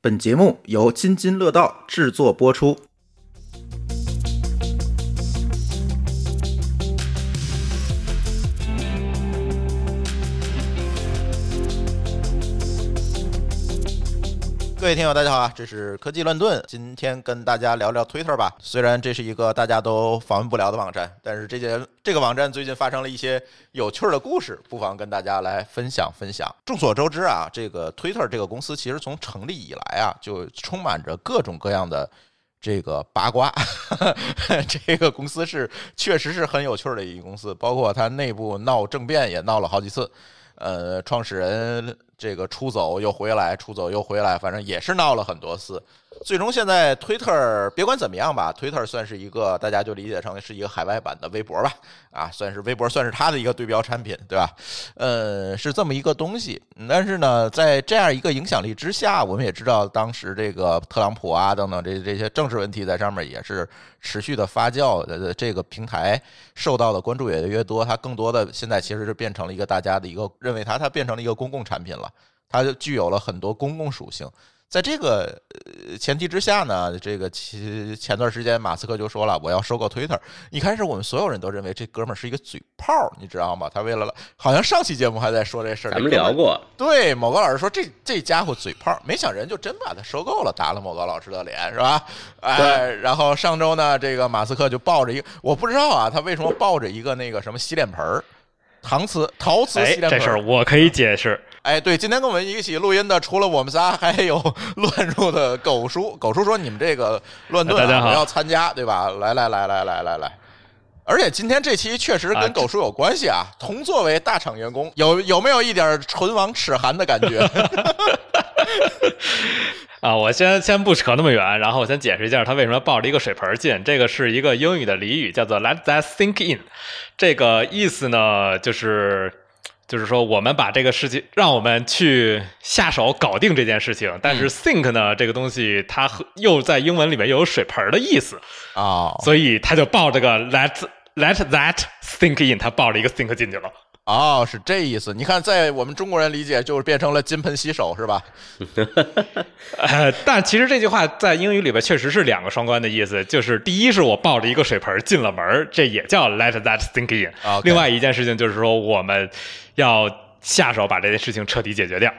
本节目由津津乐道制作播出。各位听友大家好啊，这是科技乱炖，今天跟大家聊聊 Twitter 吧。虽然这是一个大家都访问不了的网站，但是这个网站最近发生了一些有趣的故事，不妨跟大家来分享分享。众所周知啊，这个 Twitter 这个公司其实从成立以来啊，就充满着各种各样的这个八卦这个公司确实是很有趣的一个公司，包括它内部闹政变也闹了好几次，创始人这个出走又回来，出走又回来，反正也是闹了很多次。最终现在 Twitter 别管怎么样吧， Twitter 算是一个大家就理解成是一个海外版的微博吧，啊，算是微博算是它的一个对标产品，对吧？是这么一个东西。但是呢，在这样一个影响力之下，我们也知道当时这个特朗普啊等等这些政治问题在上面也是持续的发酵的，这个平台受到的关注也越多，它更多的现在其实是变成了一个大家的一个认为它变成了一个公共产品了，它就具有了很多公共属性。在这个前提之下呢，这个前段时间马斯克就说了，我要收购 Twitter。一开始我们所有人都认为这哥们儿是一个嘴炮，你知道吗？他为了好像上期节目还在说这事儿， 咱们聊过。 对，某高老师说这家伙嘴炮，没想人就真把他收购了，打了某高老师的脸，是吧？哎，然后上周呢，这个马斯克就抱着一个，我不知道啊，他为什么抱着一个那个什么洗脸盆儿。陶瓷洗脸盆， 这事儿我可以解释。 哎，对，今天跟我们一起录音的，除了我们仨，还有乱入的狗叔。狗叔说：“你们这个乱炖我要参加，对吧？来。而且今天这期确实跟狗叔有关系啊。同作为大厂员工，有没有一点唇亡齿寒的感觉？” 啊，我先不扯那么远，然后我先解释一下他为什么抱着一个水盆进。这个是一个英语的俚语，叫做 "Let that sink in"。这个意思呢，就是说我们把这个事情，让我们去下手搞定这件事情。但是 sink 呢，这个东西它又在英文里面又有水盆的意思啊，所以他就抱着个 let that sink in， 他抱着一个 sink 进去了。 哦，是这意思。你看，在我们中国人理解，就是变成了金盆洗手，是吧？ 但其实这句话在英语里边确实是两个双关的意思，就是第一是我抱着一个水盆进了门，这也叫 let that sink in。另外一件事情就是说，我们要下手把这件事情彻底解决掉。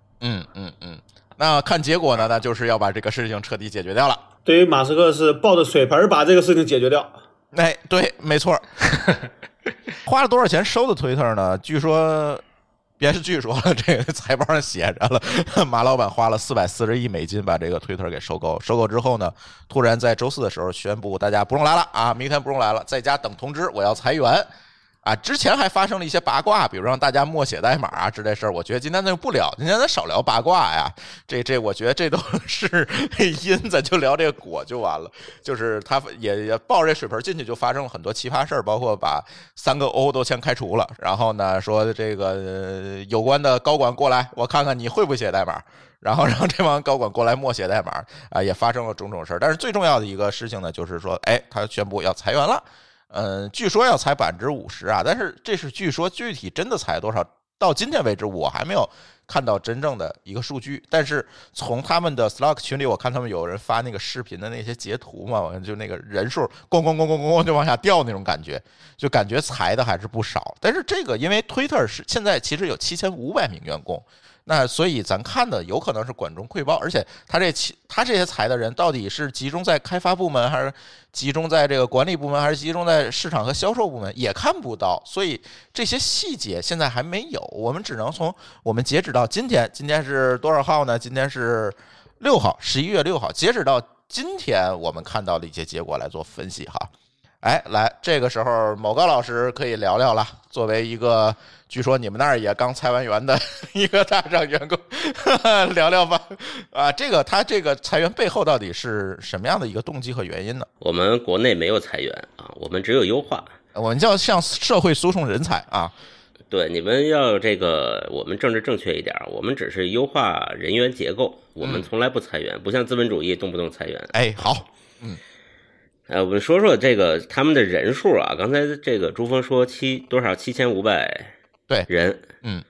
那看结果呢？那就是要把这个事情彻底解决掉了。 对于马斯克是抱着水盆把这个事情解决掉。 哎，对，没错。花了多少钱收的 Twitter 呢？据说，别是据说了，这个财报上写着了，马老板花了440亿美金把这个 Twitter 给收购。收购之后呢，突然在周四的时候宣布，大家不用来了啊，明天不用来了，在家等通知，我要裁员。啊，之前还发生了一些八卦，比如让大家默写代码啊之类事儿。我觉得今天咱就不聊，今天咱少聊八卦呀。这我觉得这都是因，咱就聊这个果就完了。就是他也抱着这水盆进去，就发生了很多奇葩事儿，包括把3个 O 都先开除了，然后呢说这个有关的高管过来，我看看你会不会写代码。然后让这帮高管过来默写代码啊，也发生了种种事儿。但是最重要的一个事情呢，就是说，哎，他宣布要裁员了。据说要裁50%啊，但是这是据说，具体真的裁多少，到今天为止我还没有看到真正的一个数据。但是从他们的 Slack 群里，我看他们有人发那个视频的那些截图嘛，就那个人数咣就往下掉那种感觉，就感觉裁的还是不少。但是这个因为 Twitter 是现在其实有7500名员工。那所以咱看的有可能是管中窥豹，而且他这些裁的人到底是集中在开发部门，还是集中在这个管理部门，还是集中在市场和销售部门，也看不到。所以这些细节现在还没有，我们只能从我们截止到今天是多少号呢？今天是6号，11月6号，截止到今天我们看到的一些结果来做分析哈。哎，来，这个时候某高老师可以聊聊了。作为一个据说你们那儿也刚裁完员的一个大厂员工，聊聊吧。啊，他这个裁员背后到底是什么样的一个动机和原因呢？ 我们国内没有裁员啊，我们只有优化。 我们叫向社会输送人才啊。 对，你们要这个，我们政治正确一点，我们只是优化人员结构，我们从来不裁员，不像资本主义动不动裁员。 哎，好， 我们说说这个他们的人数啊。刚才这个朱峰说7500对人，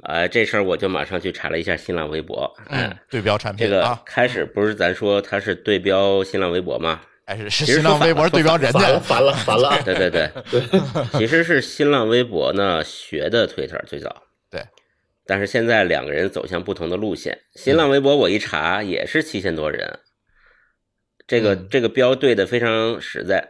这事儿我就马上去查了一下新浪微博。 对标产品这个啊， 开始不是咱说它是对标新浪微博吗？ 是新浪微博对标人家， 烦了。 对，其实是新浪微博呢学的 Twitter 最早。 对， 但是现在两个人走向不同的路线。新浪微博我一查也是7000多人，这个标对的非常实在。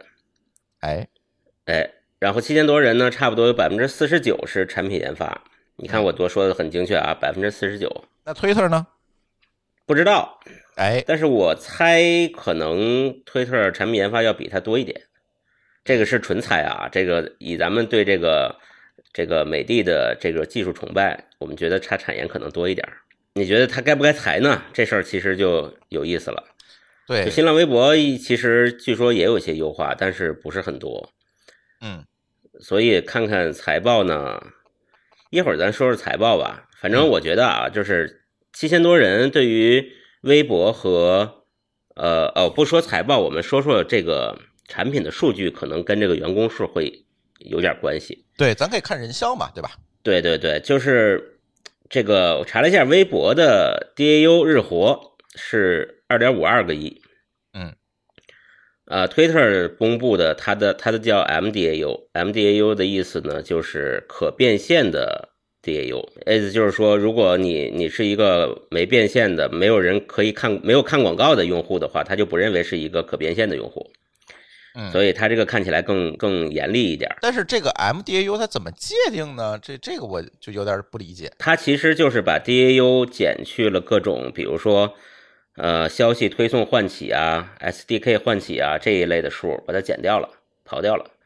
然后7000多人呢，差不多有49%是产品研发。你看我多说的很精确啊，49%。 那 Twitter 呢？ 不知道。但是我猜可能 Twitter 产品研发要比它多一点，这个是纯猜啊。这个以咱们对这个美的的这个技术崇拜，我们觉得它产研可能多一点。你觉得它该不该裁呢？这事儿其实就有意思了。 对， 新浪微博其实据说也有一些优化，但是不是很多。所以看看财报呢，一会儿咱说说财报吧。反正我觉得啊，就是7000多人对于微博和不说财报，我们说说这个产品的数据，可能跟这个员工数会有点关系。 对，咱可以看人销嘛，对吧？ 对，就是这个我查了一下，微博的 DAU 日活是 2.52 个亿。Twitter 公布的它的叫 MDAU 的意思呢，就是可变现的 DAU， 意思就是说，如果你是一个没变现的，没有看广告的用户的话，他就不认为是一个可变现的用户。所以它这个看起来更严厉一点。 但是这个 MDAU 它怎么界定呢？这个我就有点不理解。 它其实就是把 DAU 减去了各种，比如说消息推送唤起啊 SDK 唤起啊这一类的数，把它减掉了，刨掉了。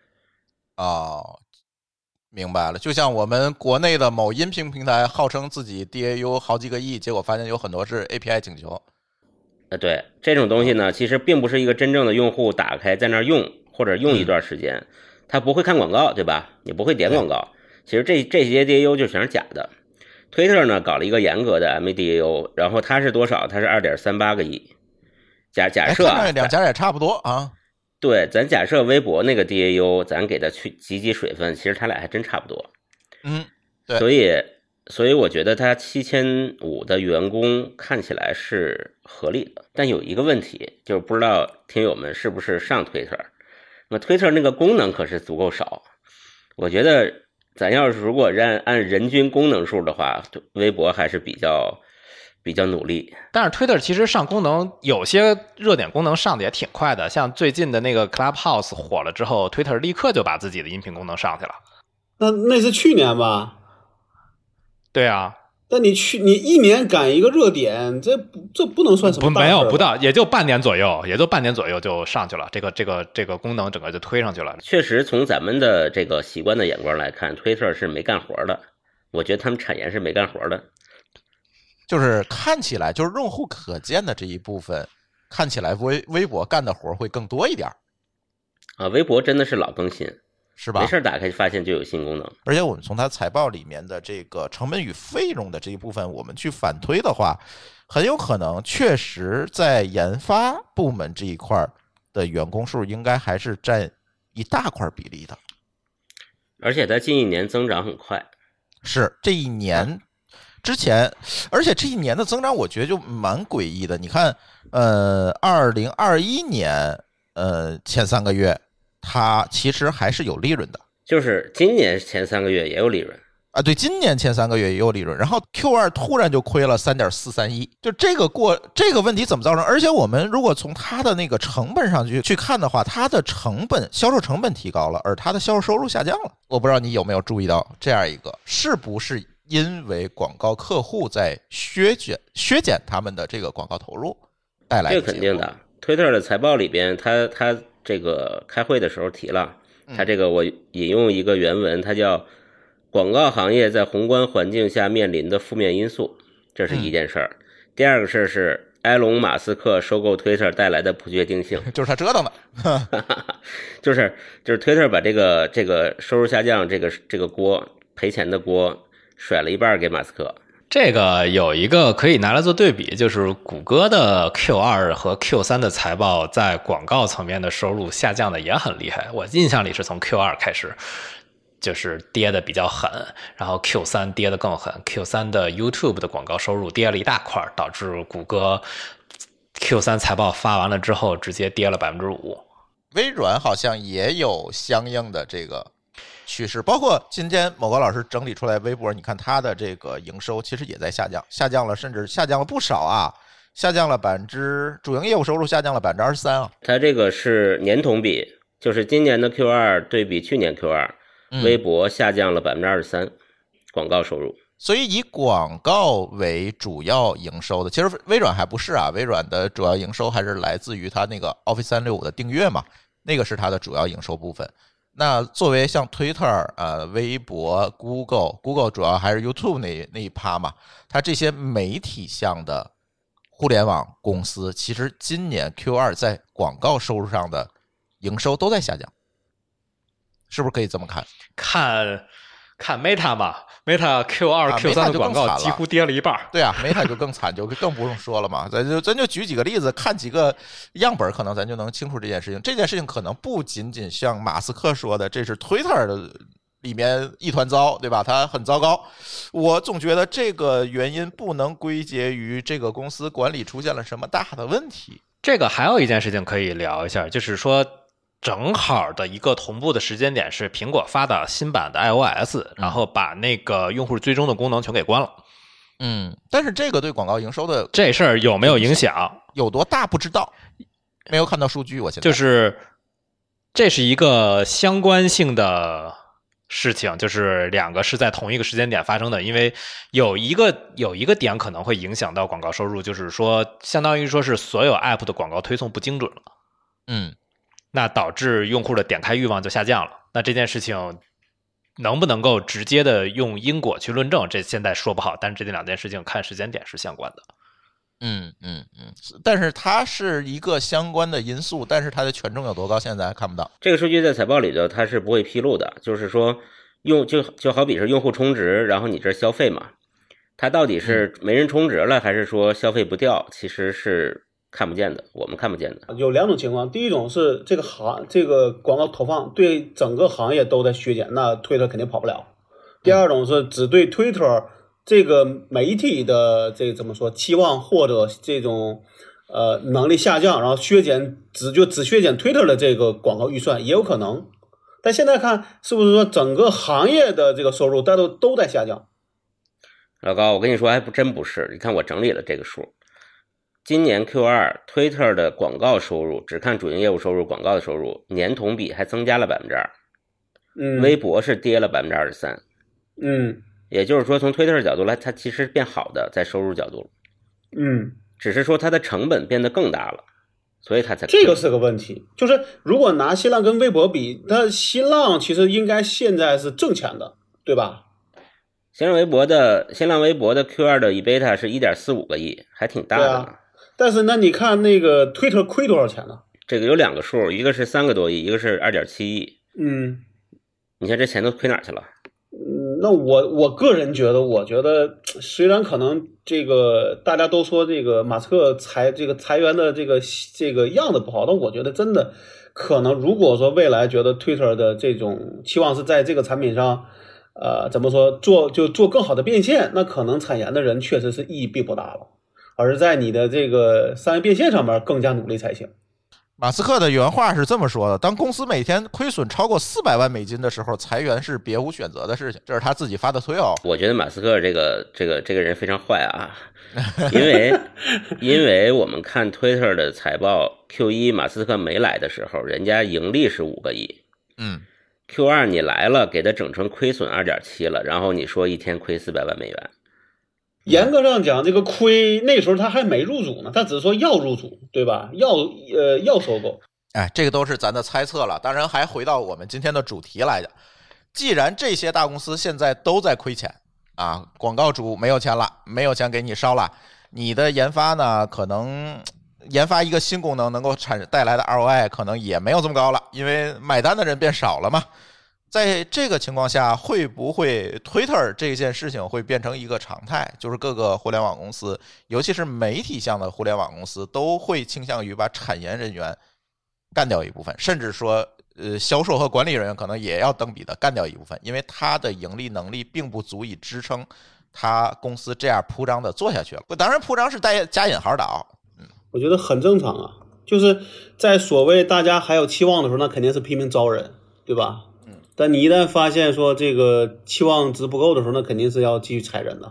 明白了，就像我们国内的某音频平台号称自己 DAU 好几个亿，结果发现有很多是 API 请求。 对，这种东西呢，其实并不是一个真正的用户打开在那儿用，或者用一段时间，他不会看广告，对吧？你不会点广告。其实这些 DAU 就全是假的。Twitter 呢搞了一个严格的 MDAU， 然后它是多少？它是 2.38 个亿。假设啊， 两家也差不多啊。 对，咱假设微博那个 DAU， 咱给它去挤水分，其实它俩还真差不多。对。所以我觉得它7500的员工看起来是合理的，但有一个问题，就是不知道听友们是不是上 Twitter。那 Twitter 那个功能可是足够少，我觉得咱要是如果按人均功能数的话，微博还是比较努力。 但是 Twitter 其实上功能有些热点功能上的也挺快的，像最近的那个 Clubhouse 火了之后 ，Twitter 立刻就把自己的音频功能上去了。 那是去年吧？ 对啊。 但你一年赶一个热点，这不能算什么大事。 不到，也就半年左右就上去了，这个功能整个就推上去了。 确实，从咱们的这个习惯的眼光来看 ，Twitter 是没干活的。我觉得他们产研是没干活的。 就是看起来就是用户可见的这一部分，看起来微博干的活会更多一点啊。微博真的是老更新， 是吧？ 没事打开发现就有新功能。 而且我们从它财报里面的这个成本与费用的这一部分，我们去反推的话，很有可能确实在研发部门这一块的员工数应该还是占一大块比例的。 而且在近一年增长很快。 是这一年。之前，而且这一年的增长，我觉得就蛮诡异的。你看，2021年，前3个月，它其实还是有利润的。 就是今年前3个月也有利润啊，对，今年前3个月也有利润。然后 Q2 突然就亏了3.431亿，就这个问题怎么造成？而且我们如果从它的那个成本上去看的话，它的销售成本提高了，而它的销售收入下降了。我不知道你有没有注意到这样一个，是不是？因为广告客户在削减他们的这个广告投入带来的， 这个肯定的。Twitter 的财报里边，他这个开会的时候提了，他这个我引用一个原文，它叫广告行业在宏观环境下面临的负面因素，这是一件事儿。第二个事儿是埃隆·马斯克收购 Twitter 带来的不确定性， 就是他折腾的， 就是 Twitter 把这个收入下降这个锅赔钱的锅。甩了一半给马斯克。 这个有一个可以拿来做对比，就是谷歌的 Q2 和 Q3 的财报在广告层面的收入下降的也很厉害，我印象里是从 Q2 开始。 就是跌的比较狠，然后 Q3 跌的更狠， Q3 的 YouTube 的广告收入跌了一大块，导致谷歌 Q3 财报发完了之后直接跌了 5%。 微软好像也有相应的这个趋势，包括今天某个老师整理出来微博，你看它的这个营收其实也在下降，下降了，甚至下降了不少啊，下降了主营业务收入下降了23%啊。 它这个是年同比，就是今年的 Q2 对比去年 Q2，微博下降了23%，广告收入。 所以以广告为主要营收的，其实微软还不是啊，微软的主要营收还是来自于它那个 Office 365的订阅嘛，那个是它的主要营收部分。那作为像 Twitter、微博、Google 主要还是 YouTube 那一趴嘛，它这些媒体向的互联网公司，其实今年 Q2 在广告收入上的营收都在下降。是不是可以这么看？ 看 Meta 嘛 ，Meta Q2、Q3 的广告几乎跌了一半。 对啊 ，Meta 就更惨，就更不用说了嘛。咱就举几个例子，看几个样本，可能咱就能清楚这件事情。这件事情可能不仅仅像马斯克说的，这是 Twitter 的里面一团糟，对吧？它很糟糕。我总觉得这个原因不能归结于这个公司管理出现了什么大的问题。 这个还有一件事情可以聊一下，就是说。正好的一个同步的时间点是苹果发的新版的 iOS， 然后把那个用户追踪的功能全给关了。 但是这个对广告营收的这事儿有没有影响？ 有多大不知道，没有看到数据。我现在就是这是一个相关性的事情，就是两个是在同一个时间点发生的，因为有一个点可能会影响到广告收入，就是说相当于说是所有 app 的广告推送不精准了。那导致用户的点开欲望就下降了。那这件事情能不能够直接的用因果去论证，这现在说不好，但是这两件事情看时间点是相关的。 但是它是一个相关的因素，但是它的权重有多高，现在还看不到。 这个数据在财报里头它是不会披露的，就是说就好比是用户充值，然后你这消费嘛，它到底是没人充值了，还是说消费不掉，其实是看不见的，我们看不见的。 有两种情况，第一种是这个广告投放对整个行业都在削减，那 Twitter 肯定跑不了。第二种是只对 Twitter 这个媒体的这怎么说期望或者这种能力下降，然后只削减 Twitter 的这个广告预算也有可能。但现在看是不是说整个行业的这个收入都在下降？ 老高，我跟你说还真不是，你看我整理了这个数。今年 Q2 Twitter 的广告收入，只看主营业务收入，广告的收入年同比还增加了 2%，微博是跌了 23%。也就是说从 Twitter 角度来，它其实变好的，在收入角度。只是说它的成本变得更大了，所以它才这个是个问题。就是如果拿新浪跟微博比，那新浪其实应该现在是挣钱的，对吧？ 新浪微博的 Q2 的 EBITDA 是 1.45 个亿，还挺大的呢。 但是那你看那个 Twitter 亏多少钱呢？ 这个有两个数，一个是3个多亿，一个是 2.7 亿。你看这钱都亏哪去了？ 那我个人觉得，我觉得虽然可能这个大家都说这个马斯克裁员的这个样子不好，但我觉得真的可能，如果说未来觉得 Twitter 的这种期望是在这个产品上怎么说做更好的变现，那可能产研的人确实是意义并不大了，而是在你的这个商业变现上面更加努力才行。 马斯克的原话是这么说的：当公司每天亏损超过400万美金的时候，裁员是别无选择的事情。这是他自己发的推哦。 我觉得马斯克这个人非常坏啊，因为我们看 Twitter 的财报 ，Q1 马斯克没来的时候，人家盈利是5个亿。Q2 你来了，给他整成亏损 2.7 了，然后你说一天亏400万美元。 严格上讲，这个亏那时候他还没入主呢，他只是说要入主，对吧？要收购。 这个都是咱的猜测了。当然，还回到我们今天的主题来的。既然这些大公司现在都在亏钱啊，广告主没有钱了，没有钱给你烧了，你的研发呢，可能研发一个新功能能够带来的 ROI 可能也没有这么高了，因为买单的人变少了嘛。在这个情况下，会不会 Twitter 这件事情会变成一个常态？就是各个互联网公司，尤其是媒体向的互联网公司，都会倾向于把产研人员干掉一部分，甚至说销售和管理人员可能也要等比的干掉一部分，因为他的盈利能力并不足以支撑他公司这样铺张的做下去了。当然铺张是带加引号的啊， 我觉得很正常啊，就是在所谓大家还有期望的时候，那肯定是拼命招人，对吧？但你一旦发现说这个期望值不够的时候，那肯定是要继续裁人的。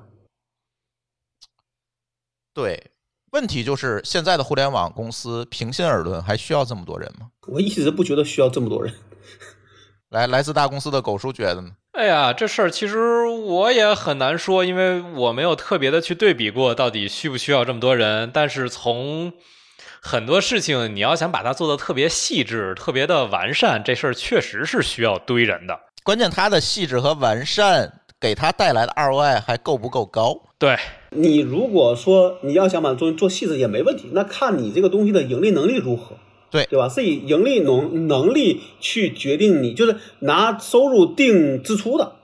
对，问题就是现在的互联网公司，平心而论，还需要这么多人吗？ 我一直不觉得需要这么多人。 来自大公司的狗叔觉得呢？ 哎呀，这事儿其实我也很难说，因为我没有特别的去对比过到底需不需要这么多人。但是从很多事情，你要想把它做得特别细致、特别的完善，这事儿确实是需要堆人的。 关键它的细致和完善给它带来的 ROI 还够不够高？ 对， 你如果说你要想把东西做细致也没问题，那看你这个东西的盈利能力如何。对吧？是以盈利能力去决定你，就是拿收入定支出的。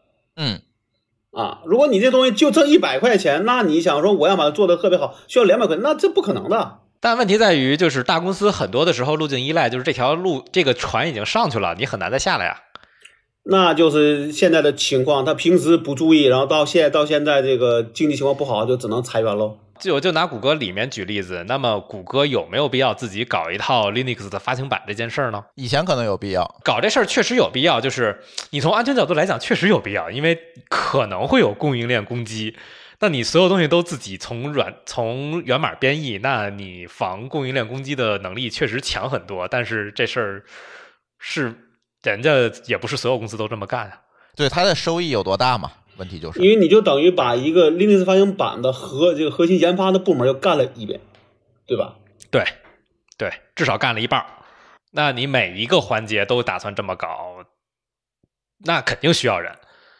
如果你这东西就挣100块钱，那你想说我要把它做得特别好，需要200块钱，那这不可能的。 但问题在于，就是大公司很多的时候路径依赖，就是这条路这个船已经上去了，你很难再下来呀。 那就是现在的情况，他平时不注意，然后到现在这个经济情况不好，就只能裁员喽。 我就拿谷歌里面举例子，那么谷歌有没有必要自己搞一套 Linux 的发行版这件事儿呢？ 以前可能有必要， 搞这事儿确实有必要，就是你从安全角度来讲确实有必要，因为可能会有供应链攻击，那你所有东西都自己从源码编译，那你防供应链攻击的能力确实强很多，但是这事儿是人家也不是所有公司都这么干啊。 对，它的收益有多大嘛？问题就是， 因为你就等于把一个 Linux 发行版的这个核心研发的部门又干了一遍，对吧？ 对，至少干了一半。那你每一个环节都打算这么搞，那肯定需要人。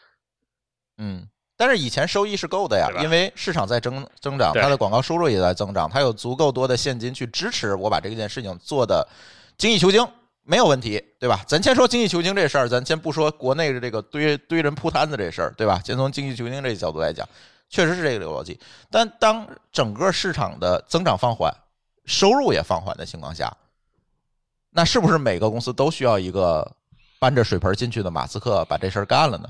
但是以前收益是够的呀，因为市场在增长，它的广告收入也在增长，它有足够多的现金去支持我把这件事情做的精益求精。没有问题，对吧？咱先说精益求精这事儿，咱先不说国内的这个堆人铺摊子这事儿，对吧？先从精益求精这个角度来讲，确实是这个逻辑。但当整个市场的增长放缓，收入也放缓的情况下，那是不是每个公司都需要一个搬着水盆进去的马斯克把这事儿干了呢？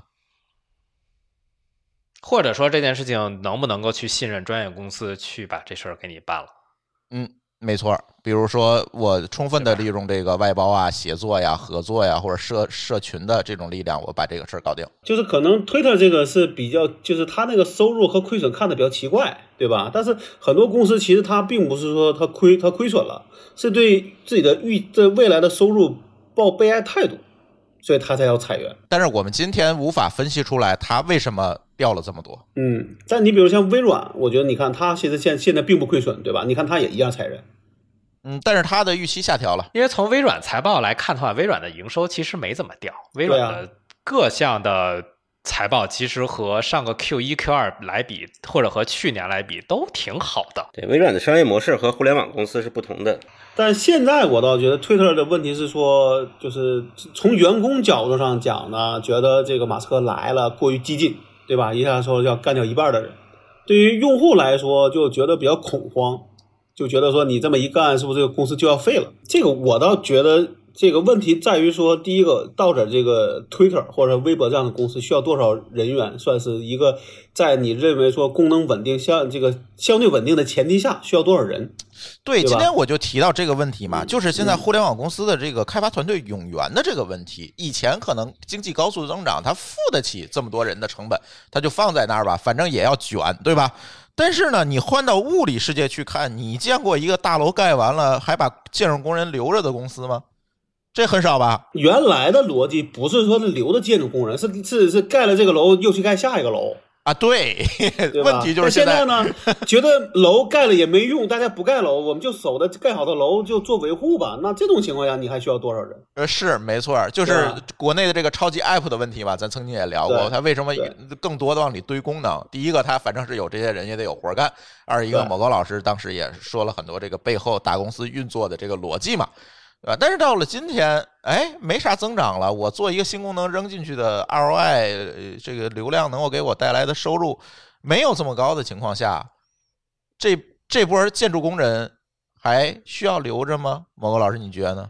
或者说这件事情能不能够去信任专业公司去把这事儿给你办了？ 没错，比如说我充分的利用这个外包啊、协作呀、合作呀，或者社群的这种力量，我把这个事儿搞定。就是可能 Twitter 这个是比较，就是它那个收入和亏损看得比较奇怪，对吧？但是很多公司其实它并不是说它亏损了，是对自己的未来的收入抱悲哀态度，所以他才要裁员。 但是我们今天无法分析出来他为什么掉了这么多。 但你比如像微软，我觉得你看它其实现在并不亏损，对吧？你看它也一样裁人。 但是它的预期下调了， 因为从微软财报来看的话，微软的营收其实没怎么掉，微软的各项的财报其实和上个 Q1、Q2 来比，或者和去年来比都挺好的。 对，微软的商业模式和互联网公司是不同的。 但现在我倒觉得 Twitter 的问题是说，就是从员工角度上讲呢，觉得这个马斯克来了过于激进，对吧？一下说要干掉一半的人。对于用户来说，就觉得比较恐慌。就觉得说你这么一干，是不是这个公司就要废了？这个我倒觉得这个问题在于说，第一个，到底这个 Twitter 或者微博这样的公司需要多少人员，算是一个在你认为说功能稳定相对稳定的前提下，需要多少人？ 对，今天我就提到这个问题嘛，就是现在互联网公司的这个开发团队冗员的这个问题。以前可能经济高速增长，它付得起这么多人的成本，它就放在那儿吧，反正也要卷，对吧？但是呢，你换到物理世界去看，你见过一个大楼盖完了还把建筑工人留着的公司吗？这很少吧？ 原来的逻辑不是说留着建筑工人，是盖了这个楼又去盖下一个楼啊。对，问题就是现在呢，觉得楼盖了也没用，大家不盖楼，我们就守着盖好的楼就做维护吧。那这种情况下，你还需要多少人？ 是没错，就是国内的这个超级 app 的问题吧，咱曾经也聊过，它为什么更多的往里堆功能？第一个，它反正是有这些人也得有活干；二一个，某高老师当时也说了很多这个背后大公司运作的这个逻辑嘛。但是到了今天，没啥增长了。我做一个新功能扔进去的 ROI， 这个流量能够给我带来的收入没有这么高的情况下，这波建筑工人还需要留着吗？某个老师，你觉得呢？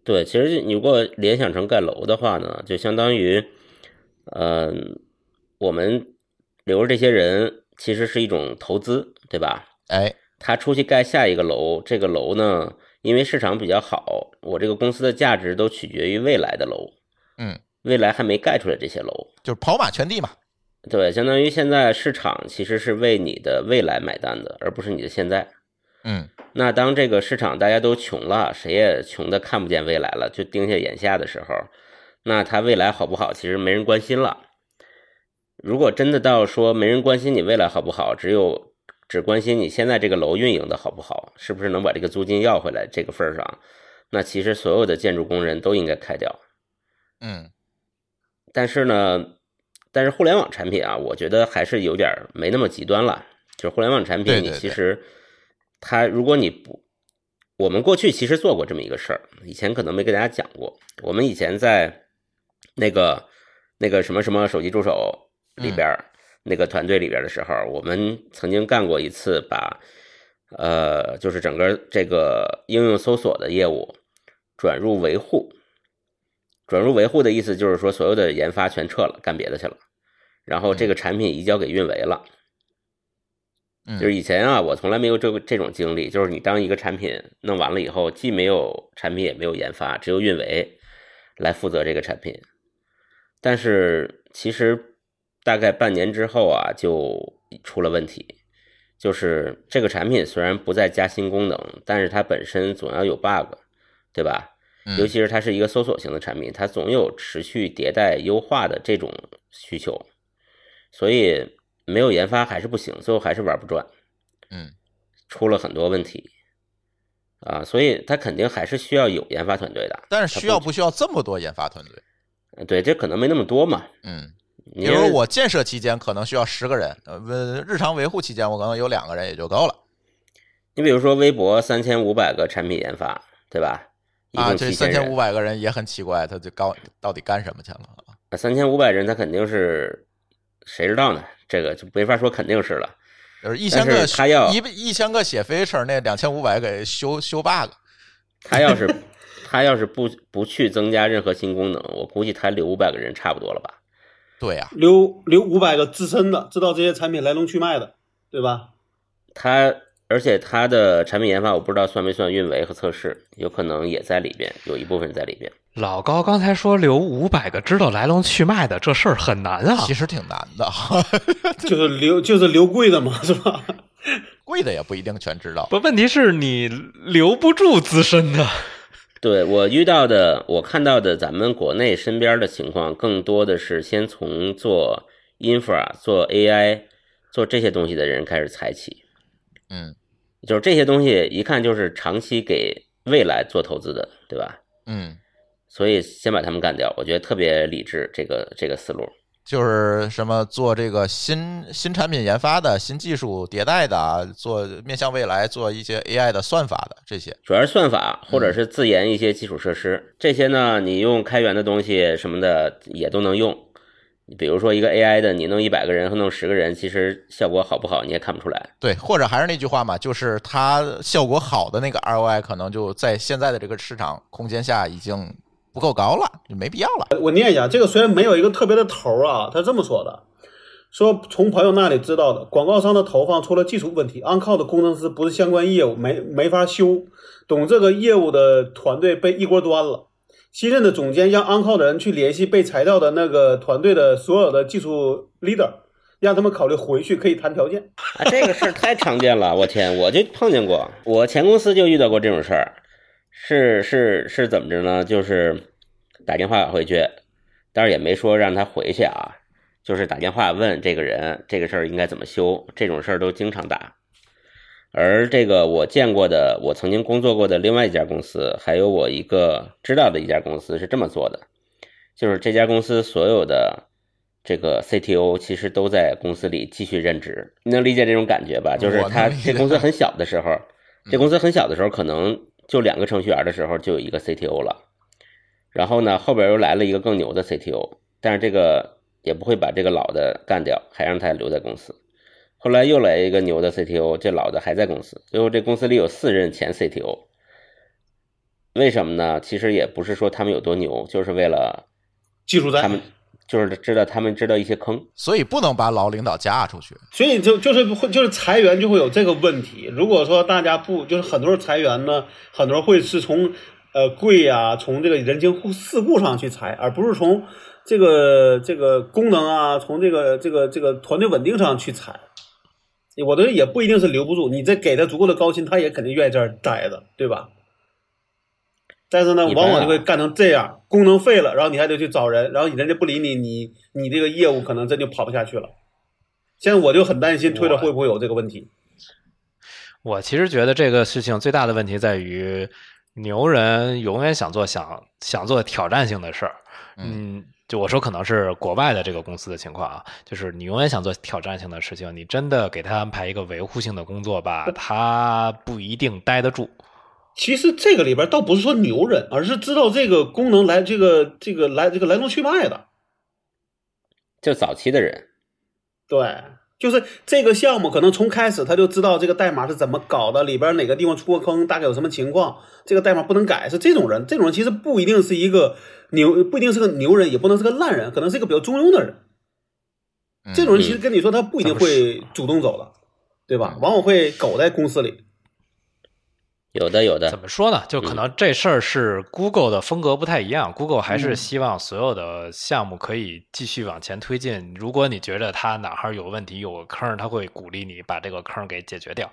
对，其实你如果联想成盖楼的话呢，就相当于，我们留着这些人其实是一种投资，对吧？ 哎， 他出去盖下一个楼，这个楼呢，因为市场比较好，我这个公司的价值都取决于未来的楼，未来还没盖出来这些楼， 就是跑马圈地嘛。 对，相当于现在市场其实是为你的未来买单的，而不是你的现在。那当这个市场大家都穷了，谁也穷的看不见未来了，就盯下眼下的时候，那他未来好不好，其实没人关心了。如果真的到说没人关心你未来好不好，只关心你现在这个楼运营的好不好，是不是能把这个租金要回来这个份上，那其实所有的建筑工人都应该开掉。但是互联网产品啊，我觉得还是有点没那么极端了。就是互联网产品，你其实它如果你不，我们过去其实做过这么一个事儿，以前可能没给大家讲过。我们以前在那个什么什么手机助手里边，那个团队里边的时候，我们曾经干过一次把就是整个这个应用搜索的业务转入维护。转入维护的意思就是说，所有的研发全撤了，干别的去了，然后这个产品移交给运维了。就是以前啊，我从来没有这种经历，就是你当一个产品弄完了以后，既没有产品也没有研发，只有运维来负责这个产品。但是其实大概半年之后啊，就出了问题，就是这个产品虽然不再加新功能，但是它本身总要有 bug， 对吧？尤其是它是一个搜索型的产品，它总有持续迭代优化的这种需求，所以没有研发还是不行，最后还是玩不转。出了很多问题啊，所以它肯定还是需要有研发团队的。 但是需要不需要这么多研发团队？ 对，这可能没那么多嘛。 比如我建设期间可能需要10个人，日常维护期间我可能有2个人也就够了。 你比如说微博3500个产品研发，对吧？ 这3500个人也很奇怪，他到底干什么去了 ？3500人他肯定是谁知道呢？这个就没法说肯定是了。 就是1000个写 feature， 那2500给修 bug。 他要是不去增加任何新功能，我估计他留500个人差不多了吧？ 对呀， 留500个资深的，知道这些产品来龙去脉的，对吧？ 而且他的产品研发我不知道算没算运维和测试，有可能也在里边，有一部分在里边。 老高刚才说留500个知道来龙去脉的，这事儿很难啊。 其实挺难的。 就是留贵的嘛，是吧？ 贵的也不一定全知道。 不，问题是你留不住资深的。 对，我看到的咱们国内身边的情况更多的是先从做 infra 做 AI 做这些东西的人开始采起。就是这些东西一看就是长期给未来做投资的，对吧？所以先把他们干掉，我觉得特别理智，这个思路。 就是什么做这个新产品研发的、新技术迭代的，做面向未来做一些 AI 的算法的，这些主要是算法或者是自研一些基础设施，这些呢你用开源的东西什么的也都能用。比如说一个 AI 的，你弄100个人和弄10个人，其实效果好不好你也看不出来。 对，或者还是那句话嘛，就是它效果好的那个 ROI 可能就在现在的这个市场空间下已经不够高了，就没必要了。 我念一下，这个虽然没有一个特别的头啊，他这么说的，说从朋友那里知道的，广告商的投放出了技术问题，OnCall的工程师不是相关业务，没法修，懂这个业务的团队被一锅端了。新任的总监让 OnCall 的人去联系被裁掉的那个团队的所有的技术 leader， 让他们考虑回去可以谈条件。 这个事儿太常见了，我天，我就碰见过，我前公司就遇到过这种事儿。是怎么着呢？就是打电话回去，当然也没说让他回去啊，就是打电话问这个人这个事儿应该怎么修，这种事儿都经常打。而这个我见过的，我曾经工作过的另外一家公司，还有我一个知道的一家公司是这么做的，就是这家公司所有的这个 CTO 其实都在公司里继续任职。你能理解这种感觉吧？就是他这公司很小的时候，可能就2个程序员的时候就有一个 CTO 了，然后呢后边又来了一个更牛的 CTO， 但是这个也不会把这个老的干掉，还让他留在公司。后来又来一个牛的 CTO， 这老的还在公司，最后这公司里有4任前 CTO。 为什么呢？其实也不是说他们有多牛，就是为了技术在， 他们就是知道一些坑， 所以不能把老领导嫁出去。 所以就是裁员就会有这个问题。如果说大家不就是很多人裁员呢，很多人会是从贵啊，从这个人情世故上去裁，而不是从这个功能啊，从这个团队稳定上去裁。我觉得也不一定是留不住，你这给他足够的高薪，他也肯定愿意这儿待的，对吧？但是呢，往往就会干成这样，功能废了，然后你还得去找人，然后人家不理你，你这个业务可能真就跑不下去了。现在我就很担心Twitter会不会有这个问题。 我其实觉得这个事情最大的问题在于，牛人永远想做挑战性的事儿。就我说可能是国外的这个公司的情况啊，就是你永远想做挑战性的事情，你真的给他安排一个维护性的工作吧，他不一定待得住。 其实这个里边倒不是说牛人，而是知道这个功能来这个来龙去脉的， 就早期的人。 对，就是这个项目可能从开始他就知道这个代码是怎么搞的，里边哪个地方出过坑，大概有什么情况，这个代码不能改，是这种人。这种人其实不一定是一个不一定是个牛人，也不能是个烂人，可能是一个比较中庸的人。这种人其实跟你说他不一定会主动走的，对吧？往往会苟在公司里。 有的。 怎么说呢？就可能这事儿是 Google 的风格不太一样。Google 还是希望所有的项目可以继续往前推进。如果你觉得它哪儿有问题、有个坑，他会鼓励你把这个坑给解决掉。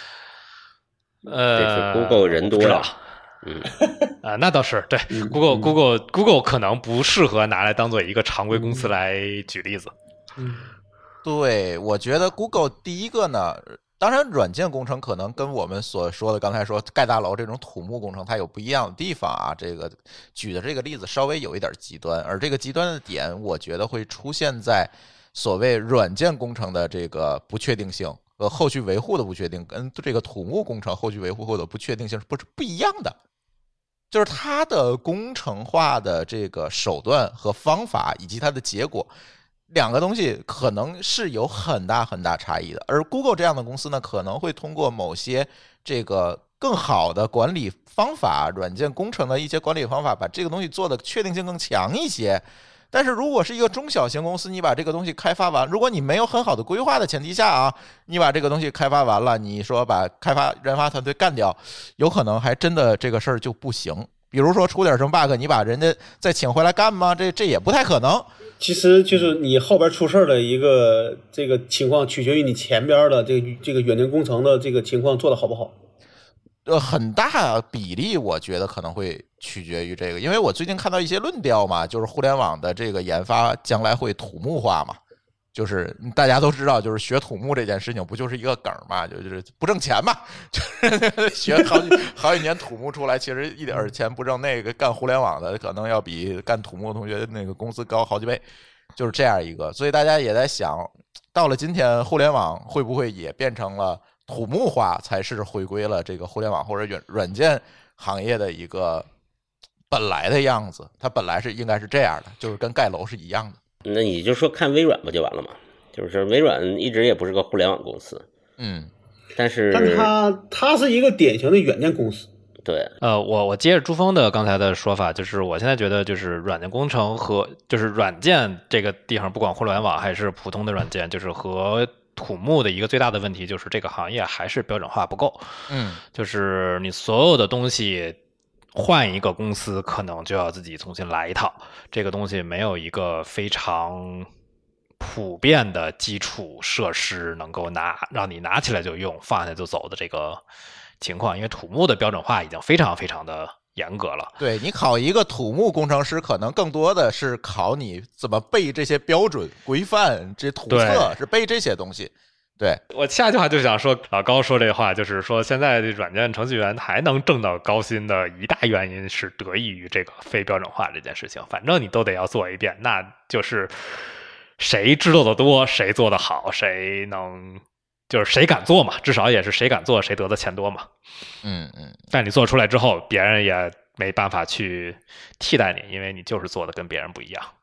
这是 Google 人多了。 那倒是对。Google 可能不适合拿来当做一个常规公司来举例子。 对，我觉得 Google 第一个呢。当然，软件工程可能跟我们所说的刚才说盖大楼这种土木工程它有不一样的地方啊。这个举的这个例子稍微有一点极端，而这个极端的点，我觉得会出现在所谓软件工程的这个不确定性和后续维护的不确定，跟这个土木工程后续维护后的不确定性是不一样的。就是它的工程化的这个手段和方法以及它的结果。两个东西可能是有很大差异的，而 Google 这样的公司呢，可能会通过某些这个更好的管理方法，软件工程的一些管理方法，把这个东西做的确定性更强一些。但是如果是一个中小型公司，你把这个东西开发完，如果你没有很好的规划的前提下啊，你把这个东西开发完了，你说把研发团队干掉，有可能还真的这个事儿就不行。比如说出点什么 bug， 你把人家再请回来干吗？这也不太可能。 其实就是你后边出事的一个这个情况，取决于你前边的这个远程工程的这个情况做得好不好。 很大比例我觉得可能会取决于这个，因为我最近看到一些论调嘛，就是互联网的这个研发将来会土木化嘛。就是大家都知道，就是学土木这件事情不就是一个梗嘛，就是不挣钱嘛，就是学好几年土木出来，其实一点钱不挣，那个干互联网的可能要比干土木的同学那个工资高好几倍，就是这样一个。所以大家也在想，到了今天，互联网会不会也变成了土木化，才是回归了这个互联网或者软件行业的一个本来的样子？它本来应该是这样的，就是跟盖楼是一样的。 那你就说看微软不就完了吗？就是微软一直也不是个互联网公司，但它是一个典型的软件公司。 对， 我接着朱峰的刚才的说法，就是我现在觉得就是软件工程和就是软件这个地方，不管互联网还是普通的软件，就是和土木的一个最大的问题就是这个行业还是标准化不够。就是你所有的东西。换一个公司可能就要自己重新来一套，这个东西没有一个非常普遍的基础设施能够让你拿起来就用，放下就走的这个情况，因为土木的标准化已经非常非常的严格了。 对，你考一个土木工程师，可能更多的是考你怎么背这些标准规范，这图册是背这些东西。对， 我下句话就想说，老高说这话，就是说现在软件程序员还能挣到高薪的一大原因是得益于这个非标准化这件事情。反正你都得要做一遍，那就是谁知道的多，谁做的好，谁能就是谁敢做嘛，至少也是谁敢做谁得的钱多嘛。但你做出来之后，别人也没办法去替代你，因为你就是做的跟别人不一样。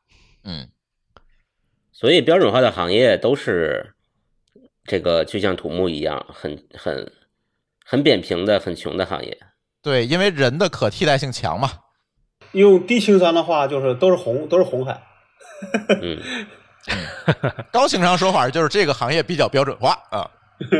所以标准化的行业都是。这个就像土木一样，很扁平的、很穷的行业。 对，因为人的可替代性强嘛。 用低情商的话就是都是红海。 高情商说法就是这个行业比较标准化啊。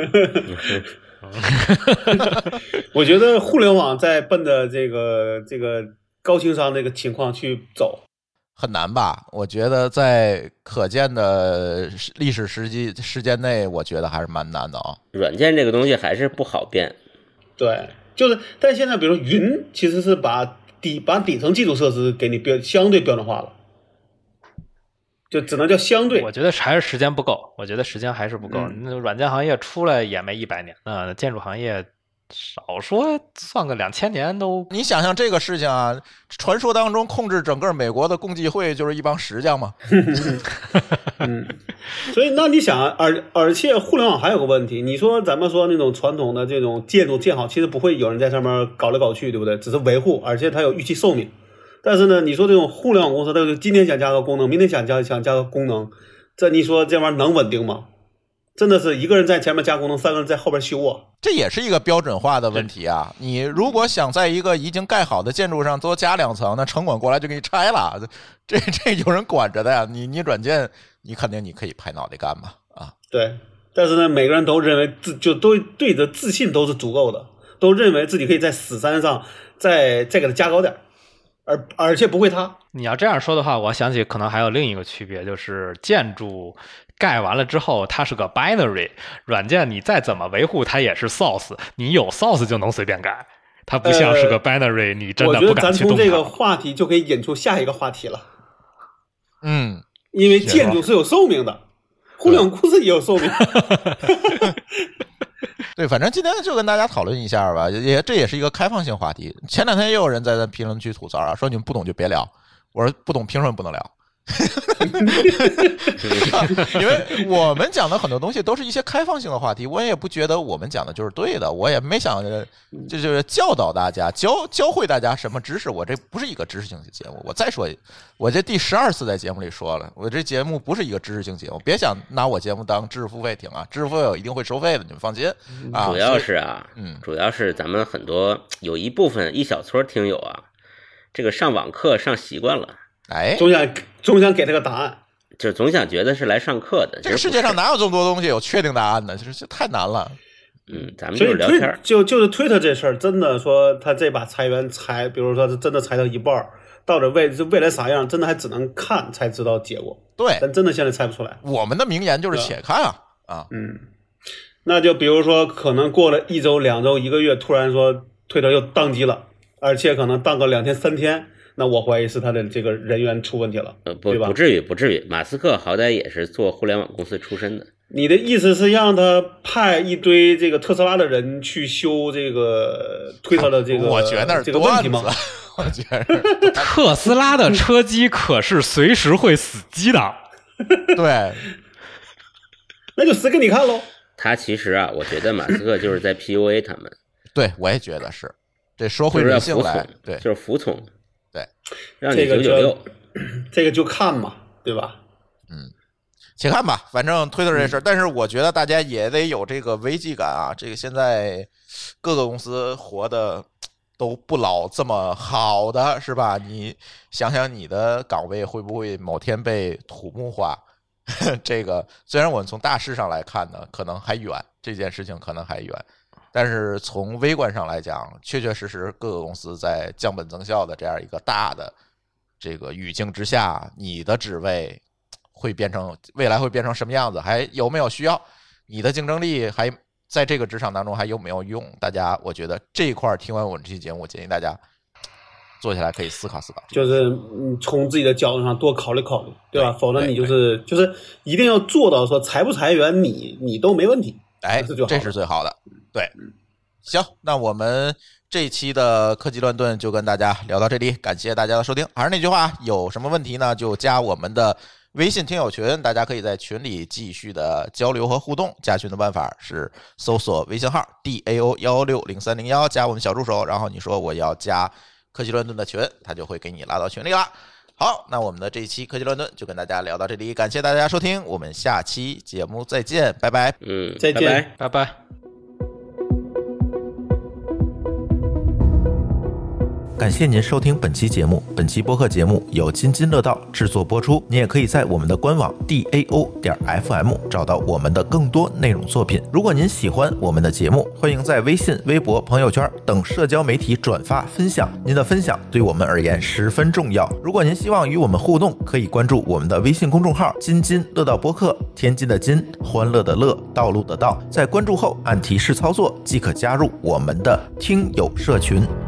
我觉得互联网在奔着这个高情商这个情况去走很难吧？我觉得在可见的历史时间内，我觉得还是蛮难的啊。 软件这个东西还是不好变。 对，就是，但现在比如说云其实是把底层基础设施给你相对标准化了。就只能叫相对， 我觉得还是时间不够，我觉得时间还是不够。那软件行业出来也没100年呢，建筑行业少说算个2000年都。 你想想这个事情啊，传说当中控制整个美国的共济会就是一帮石匠嘛。 所以那你想，而且互联网还有个问题，你说咱们说那种传统的这种建筑建好，其实不会有人在上面搞来搞去，对不对？只是维护，而且它有预期寿命。但是呢，你说这种互联网公司，它今天想加个功能，明天想加个功能，这你说这玩意儿能稳定吗？真的是一个人在前面加功能3个人在后边修啊。 这也是一个标准化的问题啊。你如果想在一个已经盖好的建筑上多加2层，那城管过来就给你拆了，这有人管着的呀。你软件你肯定你可以拍脑袋干嘛啊。 对，但是呢，每个人都认为都对着自信都是足够的，都认为自己可以在死山上再给它加高点。而且不会塌。 你要这样说的话，我想起可能还有另一个区别，就是建筑盖完了之后它是个 binary， 软件你再怎么维护它也是 source， 你有 source 就能随便改，它不像是个 binary， 你真的不敢去动它。 我觉得咱从这个话题就可以引出下一个话题了。 因为建筑是有寿命的，互联网公司也有寿命。 对，反正今天就跟大家讨论一下吧，这也是一个开放性话题。前2天也有人在评论区吐槽啊，说你们不懂就别聊。我说不懂凭什么不能聊？因为我们讲的很多东西都是一些开放性的话题，我也不觉得我们讲的就是对的，我也没想就是教导大家教会大家什么知识，我这不是一个知识性节目。我再说，我这第12次在节目里说了，我这节目不是一个知识性节目，别想拿我节目当知识付费听啊，知识付费我一定会收费的，你们放心啊。 主要是主要是咱们很多有一部分一小撮听友啊，这个上网课上习惯了。 总想给他个答案， 就总想觉得是来上课的。 这个世界上哪有这么多东西有确定答案呢？就是太难了。 咱们就是聊天。 就是推特这事儿，真的说他这把裁员裁，比如说真的裁到一半，到底未来啥样，真的还只能看才知道结果。 对， 但真的现在猜不出来。 我们的名言就是且看啊。 那就比如说，可能过了1周、2周、1个月，突然说推特又宕机了，而且可能宕个2天3天。那我怀疑是他的这个人员出问题了， 不至于。马斯克好歹也是做互联网公司出身的。 你的意思是让他派一堆这个特斯拉的人去修这个推特的这个？ 我觉得那是这个问题吗？ 我觉得特斯拉的车机可是随时会死机的。 对， 那就死给你看喽。 他其实啊，我觉得马斯克就是在 PUA 他们。 对，我也觉得是。这说回人性来，对， 就是服从。 对， 让你996， 这个就看嘛，对吧？ 且看吧，反正推特这事但是我觉得大家也得有这个危机感啊。这个现在各个公司活的都不老这么好的，是吧？你想想你的岗位会不会某天被土木化？这个虽然我们从大势上来看呢，可能还远，这件事情可能还远。但是从微观上来讲，确确实实各个公司在降本增效的这样一个大的这个语境之下，你的职位未来会变成什么样子，还有没有需要，你的竞争力还在这个职场当中还有没有用，大家我觉得这一块听完我这期节目，我建议大家坐下来可以思考思考， 就是从自己的角度上多考虑考虑，对吧？否则你就是一定要做到说裁不裁员你都没问题。这是最好的。对，行，那我们这一期的科技乱炖就跟大家聊到这里，感谢大家的收听。还是那句话，有什么问题呢，就加我们的微信听友群，大家可以在群里继续的交流和互动。加群的办法是搜索微信号 DAO1660301，加我们小助手，然后你说我要加科技乱炖的群，他就会给你拉到群里了。好，那我们的这一期科技乱炖就跟大家聊到这里，感谢大家收听，我们下期节目再见，拜拜。 再见， 拜拜。 感谢您收听本期节目。本期播客节目由津津乐道制作播出。你也可以在我们的官网 DAO.FM 找到我们的更多内容作品。如果您喜欢我们的节目，欢迎在微信、微博、朋友圈等社交媒体转发分享。您的分享对我们而言十分重要。如果您希望与我们互动，可以关注我们的微信公众号津津乐道播客，天津的津，欢乐的乐，道路的道。在关注后按提示操作即可加入我们的听友社群。